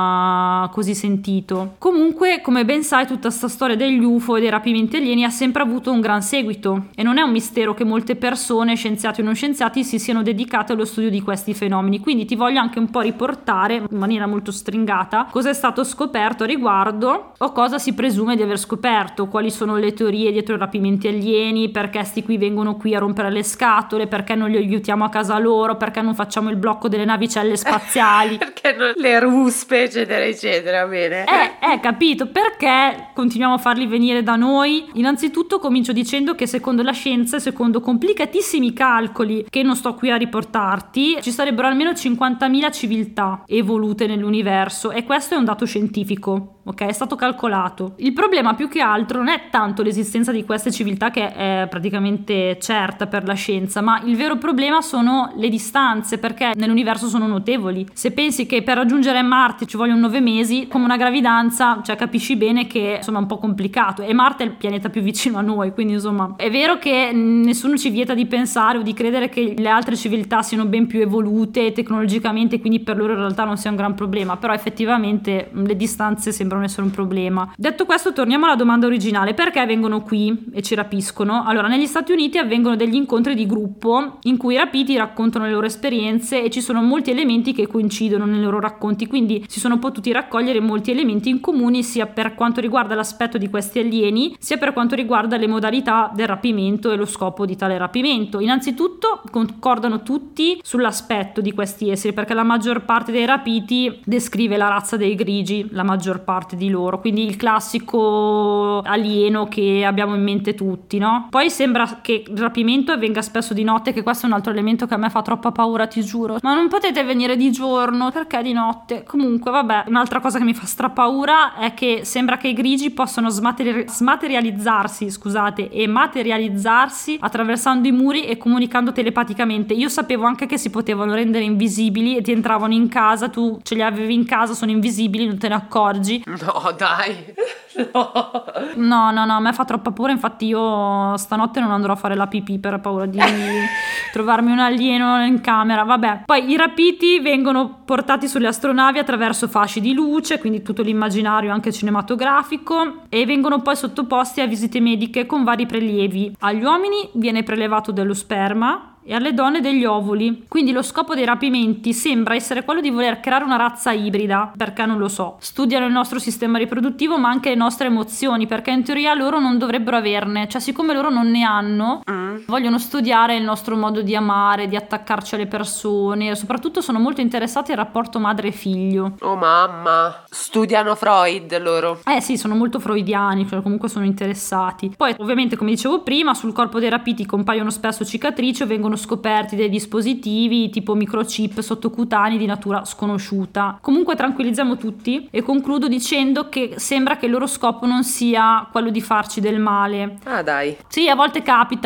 era così sentito. Comunque, come ben sai, tutta questa storia degli U F O e dei rapimenti alieni ha sempre avuto un gran seguito, e non è un mistero che molte persone, scienziati o non scienziati, si siano dedicate allo studio di questi fenomeni. Quindi ti voglio anche un po' riportare in maniera molto stringata cosa è stato scoperto a riguardo, o cosa si presume di aver scoperto, quali sono le teorie dietro i rapimenti alieni, perché sti qui vengono qui a rompere le scatole, perché non li aiutiamo a casa loro, perché non facciamo il blocco delle navicelle spaziali perché non le ruspe eccetera eccetera. Bene, eh, eh capito, perché continuiamo a farli venire da noi? Innanzitutto comincio dicendo che secondo la scienza e secondo complicatissimi calcoli che non sto qui a riportarti, ci sarebbero almeno cinquantamila civiltà evolute nell'universo, e questo è un dato scientifico, ok? È stato calcolato. Il problema più che altro non è tanto l'esistenza di queste civiltà, che è praticamente certa per la scienza, ma il vero problema sono le distanze, perché nell'universo sono notevoli. Se pensi che per raggiungere Marte ci vogliono nove mesi, come una gravidanza, cioè capisci bene che insomma è un po' complicato, e Marte è il pianeta più vicino a noi, quindi insomma è vero che nessuno ci vieta di pensare o di credere che le altre civiltà siano ben più evolute tecnologicamente, quindi per loro in realtà non sia un gran problema, però effettivamente le distanze sembrano essere un problema. Detto questo, torniamo alla domanda originale: perché vengono qui e ci rapiscono? Allora, negli Stati Uniti avvengono degli incontri di gruppo in cui i rapiti raccontano le loro esperienze, e ci sono molti elementi che coincidono nei loro racconti, quindi si sono potuti raccogliere molti elementi in comuni, sia per quanto riguarda l'aspetto di questi alieni, sia per quanto riguarda le modalità del rapimento e lo scopo di tale rapimento. Innanzitutto concordano tutti sull'aspetto di questi esseri, perché la maggior parte dei rapiti descrive la razza dei grigi, la maggior parte di loro, quindi il classico alieno che abbiamo in mente tutti, no? Poi sembra che il rapimento avvenga spesso di notte, che questo è un altro elemento che a me fa troppa paura, ti giuro. Ma non potete venire di giorno, perché di notte? Comunque vabbè, un'altra cosa che mi fa strapaura è che sembra che i grigi possano smateri- smaterializzarsi, scusate, e materializzarsi attraversando i muri e comunicando telepaticamente. Io sapevo anche che si potevano rendere invisibili e ti entravano in casa, tu ce li avevi in casa, sono invisibili, non te ne accorgi. No, dai. No. No, no, no, a me fa troppa paura, infatti io stanotte non andrò a fare la pipì per paura di trovarmi un alieno in camera, vabbè. Poi i rapiti vengono portati sulle astronavi attraverso fasci di luce, quindi tutto l'immaginario anche cinematografico, e vengono poi sottoposti a visite mediche con vari prelievi. Agli uomini viene prelevato dello sperma e alle donne degli ovuli, quindi lo scopo dei rapimenti sembra essere quello di voler creare una razza ibrida, perché non lo so. Studiano il nostro sistema riproduttivo ma anche le nostre emozioni, perché in teoria loro non dovrebbero averne, cioè siccome loro non ne hanno, mm. vogliono studiare il nostro modo di amare, di attaccarci alle persone, e soprattutto sono molto interessati al rapporto madre-figlio. Oh mamma, studiano Freud loro. Eh sì, sono molto freudiani, cioè comunque sono interessati. Poi ovviamente, come dicevo prima, sul corpo dei rapiti compaiono spesso cicatrici o vengono scoperti dei dispositivi tipo microchip sottocutanei di natura sconosciuta. Comunque tranquillizziamo tutti e concludo dicendo che sembra che il loro scopo non sia quello di farci del male. Ah dai. Sì, a volte capita, ma non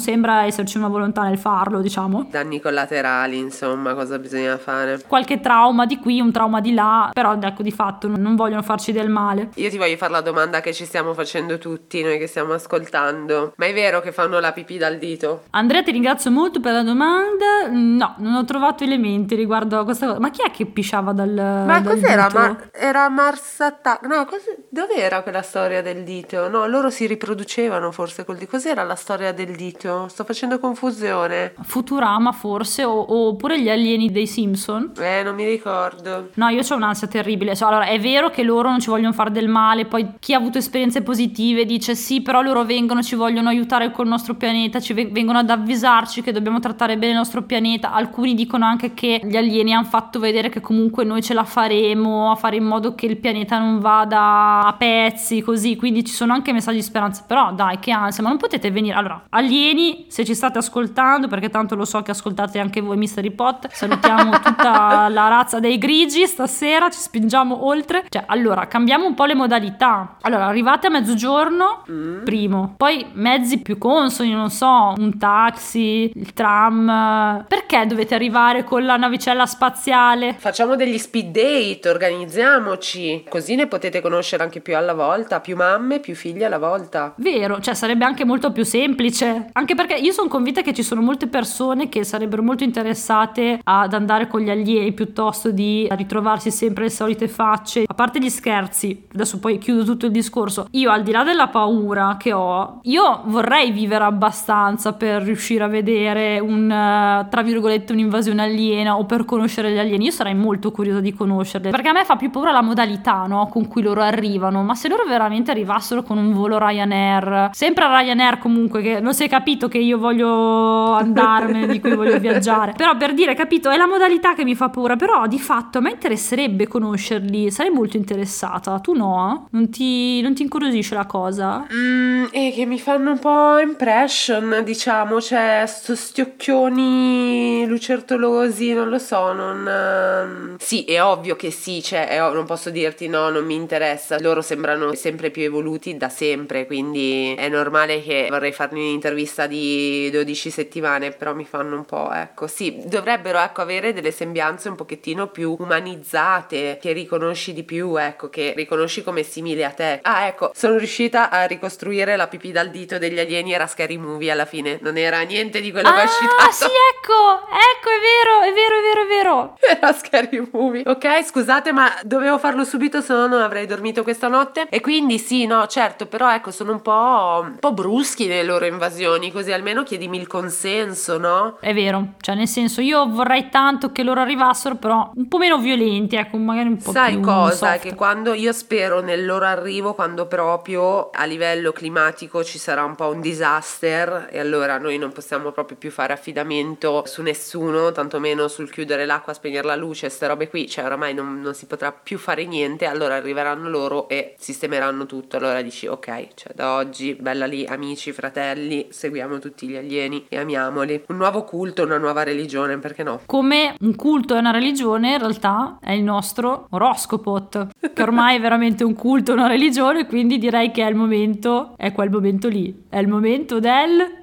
sembra esserci una volontà nel farlo, diciamo. Danni collaterali, insomma, cosa bisogna fare? Qualche trauma di qui, un trauma di là, però ecco, di fatto non vogliono farci del male. Io ti voglio fare la domanda che ci stiamo facendo tutti noi che stiamo ascoltando: ma è vero che fanno la pipì dal dito? Andrea, ti ringrazio molto per la domanda. No, non ho trovato elementi riguardo a questa cosa. Ma chi è che pisciava dal, ma dal cos'era? dito? Ma era Mars Attack? No, cos- dov'era quella storia del dito? No, loro si riproducevano forse col dito. Cos'era la storia del dito? Sto facendo confusione. Futurama forse, o, oppure gli alieni dei Simpson? Eh, non mi ricordo. No, io ho un'ansia terribile. Cioè, allora, è vero che loro non ci vogliono fare del male, poi chi ha avuto esperienze positive dice sì, però loro vengono, ci vogliono aiutare col nostro pianeta, ci vengono ad avvisarci che dobbiamo trattare bene il nostro pianeta. Alcuni dicono anche che gli alieni hanno fatto vedere che comunque noi ce la faremo a fare in modo che il pianeta non vada a pezzi, così, quindi ci sono anche messaggi di speranza. Però dai, che ansia, ma non potete venire. Allora, alieni, se ci state ascoltando, perché tanto lo so che ascoltate anche voi Mystery Pot, salutiamo tutta la razza dei grigi stasera, ci spingiamo oltre. Cioè, allora, cambiamo un po' le modalità. Allora, arrivate a mezzogiorno, mm. primo, poi mezzi più consoni, non so, un taxi, il tram. Perché dovete arrivare con la navicella spaziale? Facciamo degli speed date, organizziamoci, così ne potete conoscere anche più alla volta, più mamme, più figli alla volta. Vero, cioè sarebbe anche molto più semplice, anche perché io sono convinta che ci sono molte persone che sarebbero molto interessate ad andare con gli alieni piuttosto di ritrovarsi sempre le solite facce. A parte gli scherzi, adesso poi chiudo tutto il discorso, io al di là della paura che ho, io vorrei vivere abbastanza per riuscire a vedere un, tra virgolette, un'invasione aliena o per conoscere gli alieni. Io sarei molto curiosa di conoscerli, perché a me fa più paura la modalità, no, con cui loro arrivano. Ma se loro veramente arrivassero con un volo Ryanair, sempre a Ryanair comunque, che non si è capito che io voglio andarmene, di cui voglio viaggiare, però per dire, capito, è la modalità che mi fa paura. Però di fatto a me interesserebbe conoscerli, sarei molto interessata. Tu no? Non ti, non ti incuriosisce la cosa? Mm, e che mi fanno un po' impression, diciamo, cioè sto, sti occhioni lucertolosi, non lo so, non... Sì, è ovvio che sì, cioè, è ov- non posso dirti no, non mi interessa. Loro sembrano sempre più evoluti da sempre, quindi è normale che vorrei farmi un'intervista di dodici settimane, però mi fanno un po', ecco, sì, dovrebbero, ecco, avere delle sembianze un pochettino più umanizzate, che riconosci di più, ecco, che riconosci come simile a te. Ah, ecco, sono riuscita a ricostruire la pipì dal dito degli alieni, era Scary Movie alla fine, non era niente di quello ah, che ho citato. Ah sì, ecco, ecco, è vero, è vero, è vero, è vero. Era Scary Movie. Ok, scusate, ma dovevo farlo subito, se no non avrei dormito questa notte. E quindi sì, no, certo, però ecco, sono un po', un po' bruschi nelle loro invasioni, così almeno chiedimi il consenso, no? È vero, cioè nel senso, io vorrei tanto che loro arrivassero, però un po' meno violenti, ecco, magari un po' Sai più cosa? soft. Che quando io spero nel loro arrivo, quando proprio a livello climatico ci sarà un po' un disaster, e allora noi non possiamo proprio più fare affidamento su nessuno, tantomeno sul chiudere l'acqua, spegnere la luce, ste robe qui, cioè oramai non, non si potrà più fare niente, allora arriveranno loro e sistemeranno tutto. Allora dici ok, cioè da oggi bella lì, amici, fratelli, seguiamo tutti gli alieni e amiamoli. Un nuovo culto, una nuova religione, perché no? Come un culto è una religione, in realtà è il nostro Horoscopot, che ormai è veramente un culto, una religione, quindi direi che è il momento, è quel momento lì, è il momento del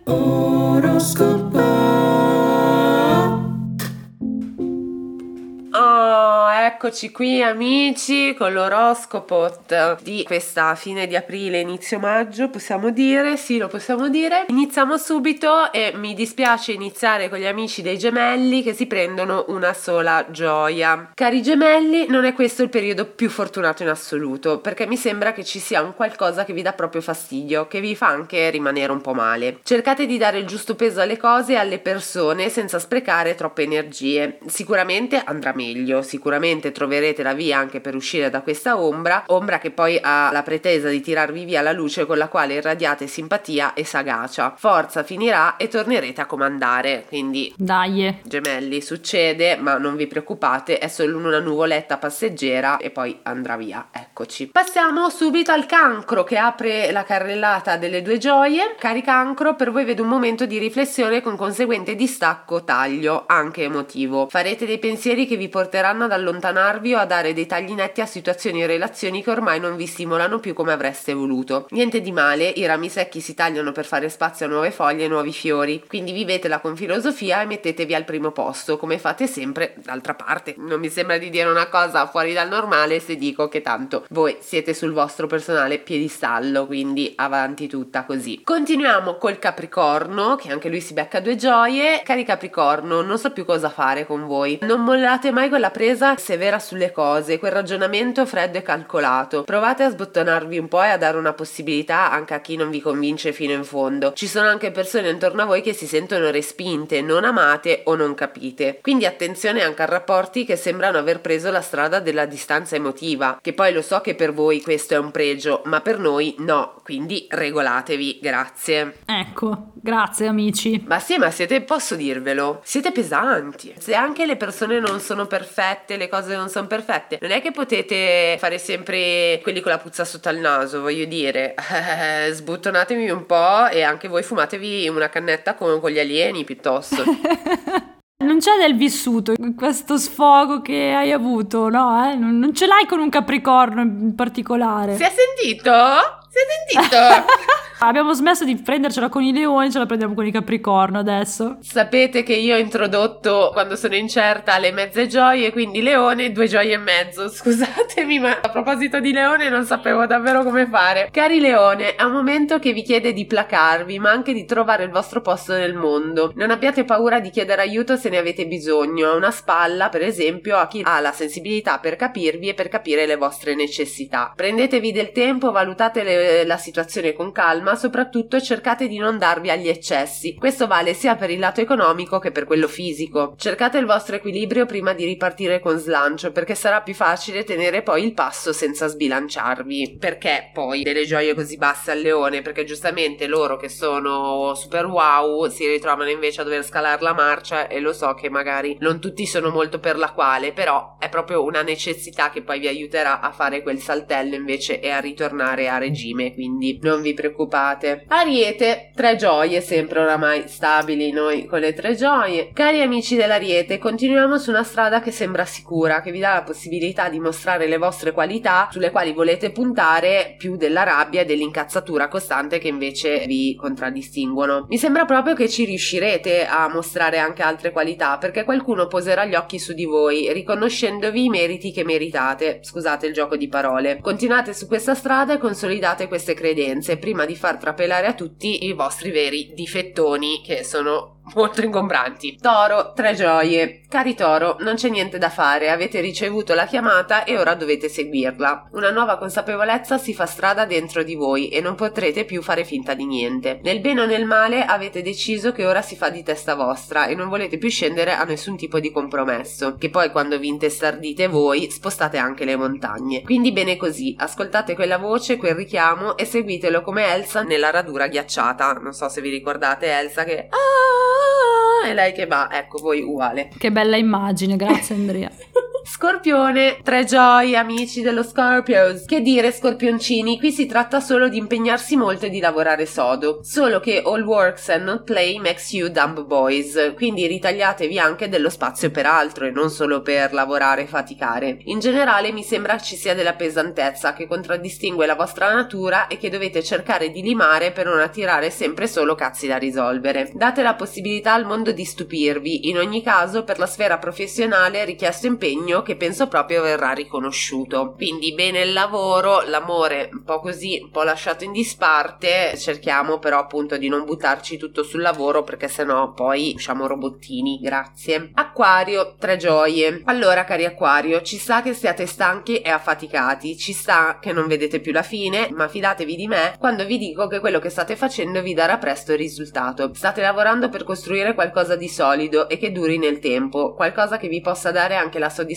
Horoscopot. Oh, eccoci qui amici con l'oroscopot di questa fine di aprile, inizio maggio, possiamo dire, sì, lo possiamo dire. Iniziamo subito e mi dispiace iniziare con gli amici dei gemelli che si prendono una sola gioia. Cari gemelli, non è questo il periodo più fortunato in assoluto, perché mi sembra che ci sia un qualcosa che vi dà proprio fastidio, che vi fa anche rimanere un po' male. Cercate di dare il giusto peso alle cose e alle persone senza sprecare troppe energie. Sicuramente andrà meglio. Meglio. Sicuramente troverete la via anche per uscire da questa ombra, ombra che poi ha la pretesa di tirarvi via la luce con la quale irradiate simpatia e sagacia. Forza finirà e tornerete a comandare, quindi dai gemelli, succede, ma non vi preoccupate, è solo una nuvoletta passeggera e poi andrà via, ecco. Eccoci. Passiamo subito al Cancro, che apre la carrellata delle due gioie. Cari Cancro, per voi vedo un momento di riflessione con conseguente distacco, taglio, anche emotivo. Farete dei pensieri che vi porteranno ad allontanarvi o a dare dei tagli netti a situazioni e relazioni che ormai non vi stimolano più come avreste voluto. Niente di male, i rami secchi si tagliano per fare spazio a nuove foglie e nuovi fiori, quindi vivetela con filosofia e mettetevi al primo posto, come fate sempre. D'altra parte, non mi sembra di dire una cosa fuori dal normale se dico che tanto voi siete sul vostro personale piedistallo, quindi avanti tutta così. Continuiamo col Capricorno, che anche lui si becca due gioie. Cari Capricorno, non so più cosa fare con voi. Non mollate mai quella presa severa sulle cose, quel ragionamento freddo e calcolato. Provate a sbottonarvi un po' e a dare una possibilità anche a chi non vi convince fino in fondo. Ci sono anche persone intorno a voi che si sentono respinte, non amate o non capite. Quindi attenzione anche a rapporti che sembrano aver preso la strada della distanza emotiva, che poi lo so che per voi questo è un pregio, ma per noi no, quindi regolatevi, grazie. Ecco, grazie amici. Ma sì, ma siete, posso dirvelo, siete pesanti. Se anche le persone non sono perfette, le cose non sono perfette, non è che potete fare sempre quelli con la puzza sotto al naso, voglio dire, eh, sbuttonatevi un po' e anche voi fumatevi una cannetta con, con gli alieni piuttosto. Non c'è del vissuto in questo sfogo che hai avuto, no? Eh? Non, non ce l'hai con un Capricorno in particolare. Si è sentito? Si è sentito? Abbiamo smesso di prendercela con i leoni, ce la prendiamo con i Capricorno adesso. Sapete che io ho introdotto, quando sono incerta, le mezze gioie, quindi leone, due gioie e mezzo. Scusatemi, ma a proposito di leone non sapevo davvero come fare. Cari leone, è un momento che vi chiede di placarvi, ma anche di trovare il vostro posto nel mondo. Non abbiate paura di chiedere aiuto se ne avete bisogno. Una spalla, per esempio, a chi ha la sensibilità per capirvi e per capire le vostre necessità. Prendetevi del tempo, valutate le, la situazione con calma, ma soprattutto cercate di non darvi agli eccessi. Questo vale sia per il lato economico che per quello fisico. Cercate il vostro equilibrio prima di ripartire con slancio, perché sarà più facile tenere poi il passo senza sbilanciarvi. Perché poi delle gioie così basse al leone? Perché giustamente loro che sono super wow si ritrovano invece a dover scalare la marcia, e lo so che magari non tutti sono molto per la quale, però è proprio una necessità che poi vi aiuterà a fare quel saltello invece e a ritornare a regime, quindi non vi preoccupate. Ariete, tre gioie, sempre oramai stabili noi con le tre gioie. Cari amici dell'Ariete, continuiamo su una strada che sembra sicura, che vi dà la possibilità di mostrare le vostre qualità sulle quali volete puntare, più della rabbia e dell'incazzatura costante che invece vi contraddistinguono. Mi sembra proprio che ci riuscirete a mostrare anche altre qualità, perché qualcuno poserà gli occhi su di voi, riconoscendovi i meriti che meritate. Scusate il gioco di parole. Continuate su questa strada e consolidate queste credenze prima di far trapelare a tutti i vostri veri difettoni, che sono molto ingombranti. Toro, tre gioie. Cari Toro, non c'è niente da fare, avete ricevuto la chiamata e ora dovete seguirla. Una nuova consapevolezza si fa strada dentro di voi e non potrete più fare finta di niente. Nel bene o nel male avete deciso che ora si fa di testa vostra e non volete più scendere a nessun tipo di compromesso, che poi quando vi intestardite voi spostate anche le montagne. Quindi bene così, ascoltate quella voce, quel richiamo e seguitelo come Elsa nella radura ghiacciata. Non so se vi ricordate Elsa che ah, e lei che va, ecco, voi uguale. Che bella immagine, grazie Andrea. Scorpione, tre gioie amici dello Scorpios. Che dire scorpioncini, qui si tratta solo di impegnarsi molto e di lavorare sodo. Solo che all works and not play makes you dumb boys, quindi ritagliatevi anche dello spazio per altro e non solo per lavorare e faticare. In generale mi sembra ci sia della pesantezza che contraddistingue la vostra natura e che dovete cercare di limare per non attirare sempre solo cazzi da risolvere. Date la possibilità al mondo di stupirvi, in ogni caso per la sfera professionale è richiesto impegno che penso proprio verrà riconosciuto. Quindi bene il lavoro, l'amore un po' così, un po' lasciato in disparte, cerchiamo però appunto di non buttarci tutto sul lavoro perché sennò poi usciamo robottini, grazie. Acquario, tre gioie. Allora cari Acquario, ci sta che siate stanchi e affaticati, ci sta che non vedete più la fine, ma fidatevi di me quando vi dico che quello che state facendo vi darà presto il risultato. State lavorando per costruire qualcosa di solido e che duri nel tempo, qualcosa che vi possa dare anche la soddisfazione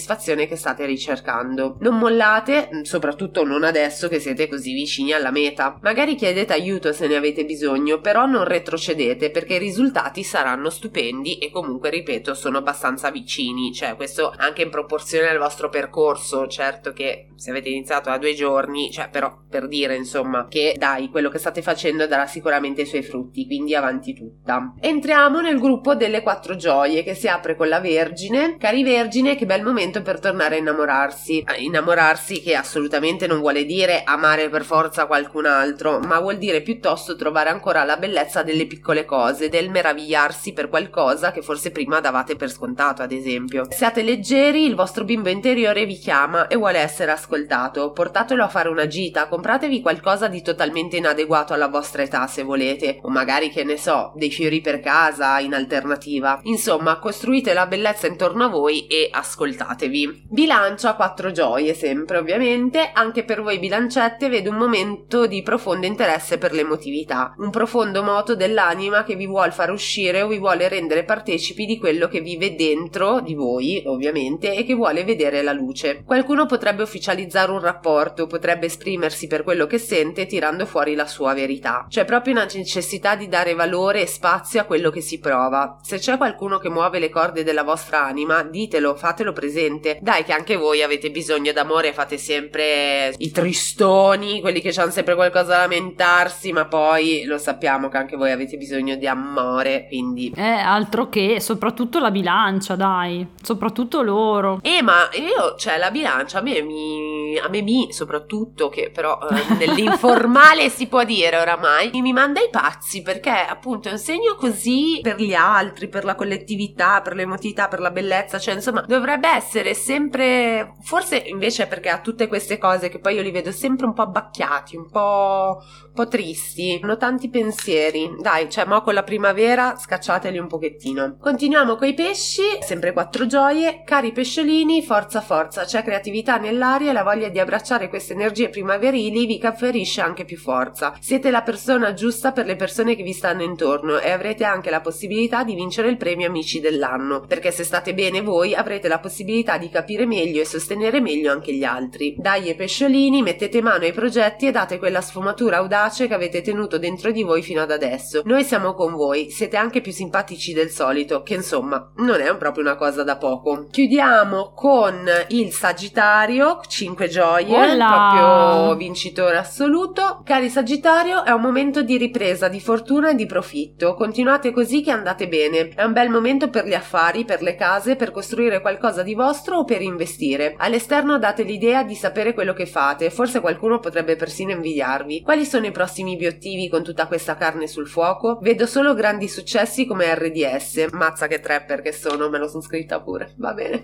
soddisfazione che state ricercando. Non mollate, soprattutto non adesso che siete così vicini alla meta. Magari chiedete aiuto se ne avete bisogno, però non retrocedete perché i risultati saranno stupendi e comunque, ripeto, sono abbastanza vicini, cioè questo anche in proporzione al vostro percorso. Certo che se avete iniziato da due giorni, cioè però per dire insomma che dai, quello che state facendo darà sicuramente i suoi frutti, quindi avanti tutta. Entriamo nel gruppo delle quattro gioie che si apre con la Vergine. Cari Vergine, che bel momento per tornare a innamorarsi. Eh, innamorarsi che assolutamente non vuole dire amare per forza qualcun altro, ma vuol dire piuttosto trovare ancora la bellezza delle piccole cose, del meravigliarsi per qualcosa che forse prima davate per scontato, ad esempio. Siate leggeri, il vostro bimbo interiore vi chiama e vuole essere ascoltato. Portatelo a fare una gita, compratevi qualcosa di totalmente inadeguato alla vostra età se volete, o magari, che ne so, dei fiori per casa in alternativa. Insomma, costruite la bellezza intorno a voi e ascoltatevi. Bilancia, quattro gioie sempre ovviamente. Anche per voi bilancette vedo un momento di profondo interesse per l'emotività, un profondo moto dell'anima che vi vuol far uscire o vi vuole rendere partecipi di quello che vive dentro di voi, ovviamente, e che vuole vedere la luce. Qualcuno potrebbe ufficializzare un rapporto, potrebbe esprimersi per quello che sente tirando fuori la sua verità. C'è proprio una necessità di dare valore e spazio a quello che si prova. Se c'è qualcuno che muove le corde della vostra anima, ditelo, fatelo presente. Dai, che anche voi avete bisogno d'amore, fate sempre i tristoni, quelli che hanno sempre qualcosa da lamentarsi, ma poi lo sappiamo che anche voi avete bisogno di amore, quindi... Eh, altro che, soprattutto la bilancia, dai, soprattutto loro. Eh, ma io, cioè, la bilancia, a me mi... a me mi, soprattutto, che però eh, nell'informale si può dire oramai, mi manda i pazzi, perché appunto è un segno così per gli altri, per la collettività, per l'emotività, per la bellezza, cioè insomma dovrebbe essere sempre, forse invece perché ha tutte queste cose che poi io li vedo sempre un po' abbacchiati, un po', un po' tristi, hanno tanti pensieri. Dai, cioè mo con la primavera scacciateli un pochettino. Continuiamo coi pesci, sempre quattro gioie. Cari pesciolini, forza forza, c'è creatività nell'aria e la voglia di abbracciare queste energie primaverili vi conferisce anche più forza. Siete la persona giusta per le persone che vi stanno intorno e avrete anche la possibilità di vincere il premio Amici dell'anno, perché se state bene voi avrete la possibilità di capire meglio e sostenere meglio anche gli altri. Dai, pesciolini, mettete mano ai progetti e date quella sfumatura audace che avete tenuto dentro di voi fino ad adesso. Noi siamo con voi, siete anche più simpatici del solito, che insomma non è proprio una cosa da poco. Chiudiamo con il Sagittario, cinque gioie, Olla! Proprio vincitore assoluto. Cari Sagittario, è un momento di ripresa, di fortuna e di profitto. Continuate così che andate bene. È un bel momento per gli affari, per le case, per costruire qualcosa di vostro o per investire. All'esterno date l'idea di sapere quello che fate, forse qualcuno potrebbe persino invidiarvi. Quali sono i prossimi obiettivi con tutta questa carne sul fuoco? Vedo solo grandi successi come R D S. Mazza che trapper che sono, me lo sono scritta pure, va bene.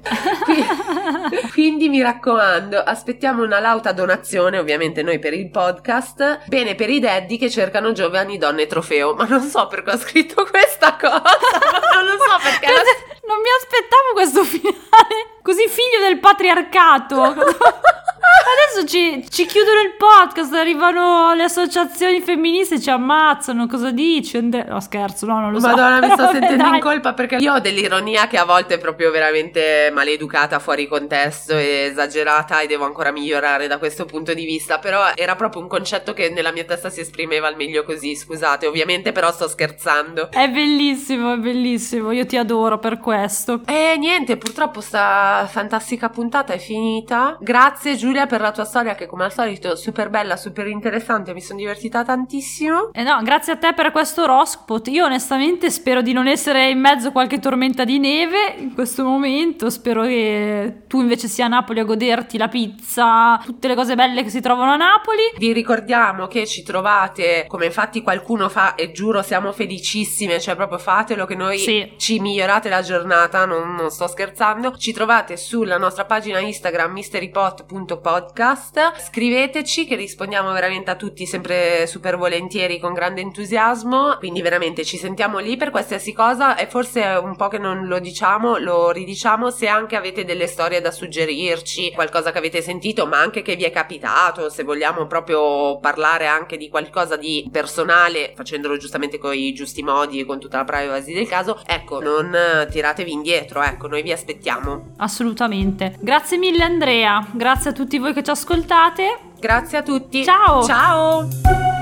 Quindi, quindi mi raccomando, aspettiamo una lauta donazione, ovviamente noi per il podcast, bene per i daddy che cercano giovani donne trofeo. Ma non so perché ho scritto questa cosa, ma non lo so perché la... Non mi aspettavo questo finale così figlio del patriarcato. Adesso ci, ci chiudono il podcast, arrivano le associazioni femministe e ci ammazzano. Cosa dici? No, scherzo, no, non lo so. Madonna, mi sto Però, sentendo dai. in colpa perché io ho dell'ironia che a volte è proprio veramente maleducata, fuori contesto e esagerata, e devo ancora migliorare da questo punto di vista. Però era proprio un concetto che nella mia testa si esprimeva al meglio così, scusate, ovviamente, però sto scherzando. È bellissimo, è bellissimo, io ti adoro per questo. E niente, purtroppo sta fantastica puntata è finita. Grazie Giulia per la tua storia che come al solito super bella, super interessante, mi sono divertita tantissimo. Eh no, grazie a te per questo horoscopo. Io onestamente spero di non essere in mezzo a qualche tormenta di neve in questo momento, spero che tu invece sia a Napoli a goderti la pizza, tutte le cose belle che si trovano a Napoli. Vi ricordiamo che ci trovate, come infatti qualcuno fa, e giuro siamo felicissime, cioè proprio fatelo che noi Sì. ci migliorate la giornata, non, non sto scherzando. Ci trovate sulla nostra pagina Instagram mysterypot punto podcast, podcast. Scriveteci che rispondiamo veramente a tutti sempre super volentieri, con grande entusiasmo, quindi veramente ci sentiamo lì per qualsiasi cosa, e forse è un po' che non lo diciamo, lo ridiciamo: se anche avete delle storie da suggerirci, qualcosa che avete sentito ma anche che vi è capitato, se vogliamo proprio parlare anche di qualcosa di personale, facendolo giustamente con i giusti modi e con tutta la privacy del caso, ecco, non tiratevi indietro, ecco, noi vi aspettiamo. Assolutamente. Grazie mille Andrea, grazie a tutti voi che ci ascoltate. Grazie a tutti. Ciao. Ciao.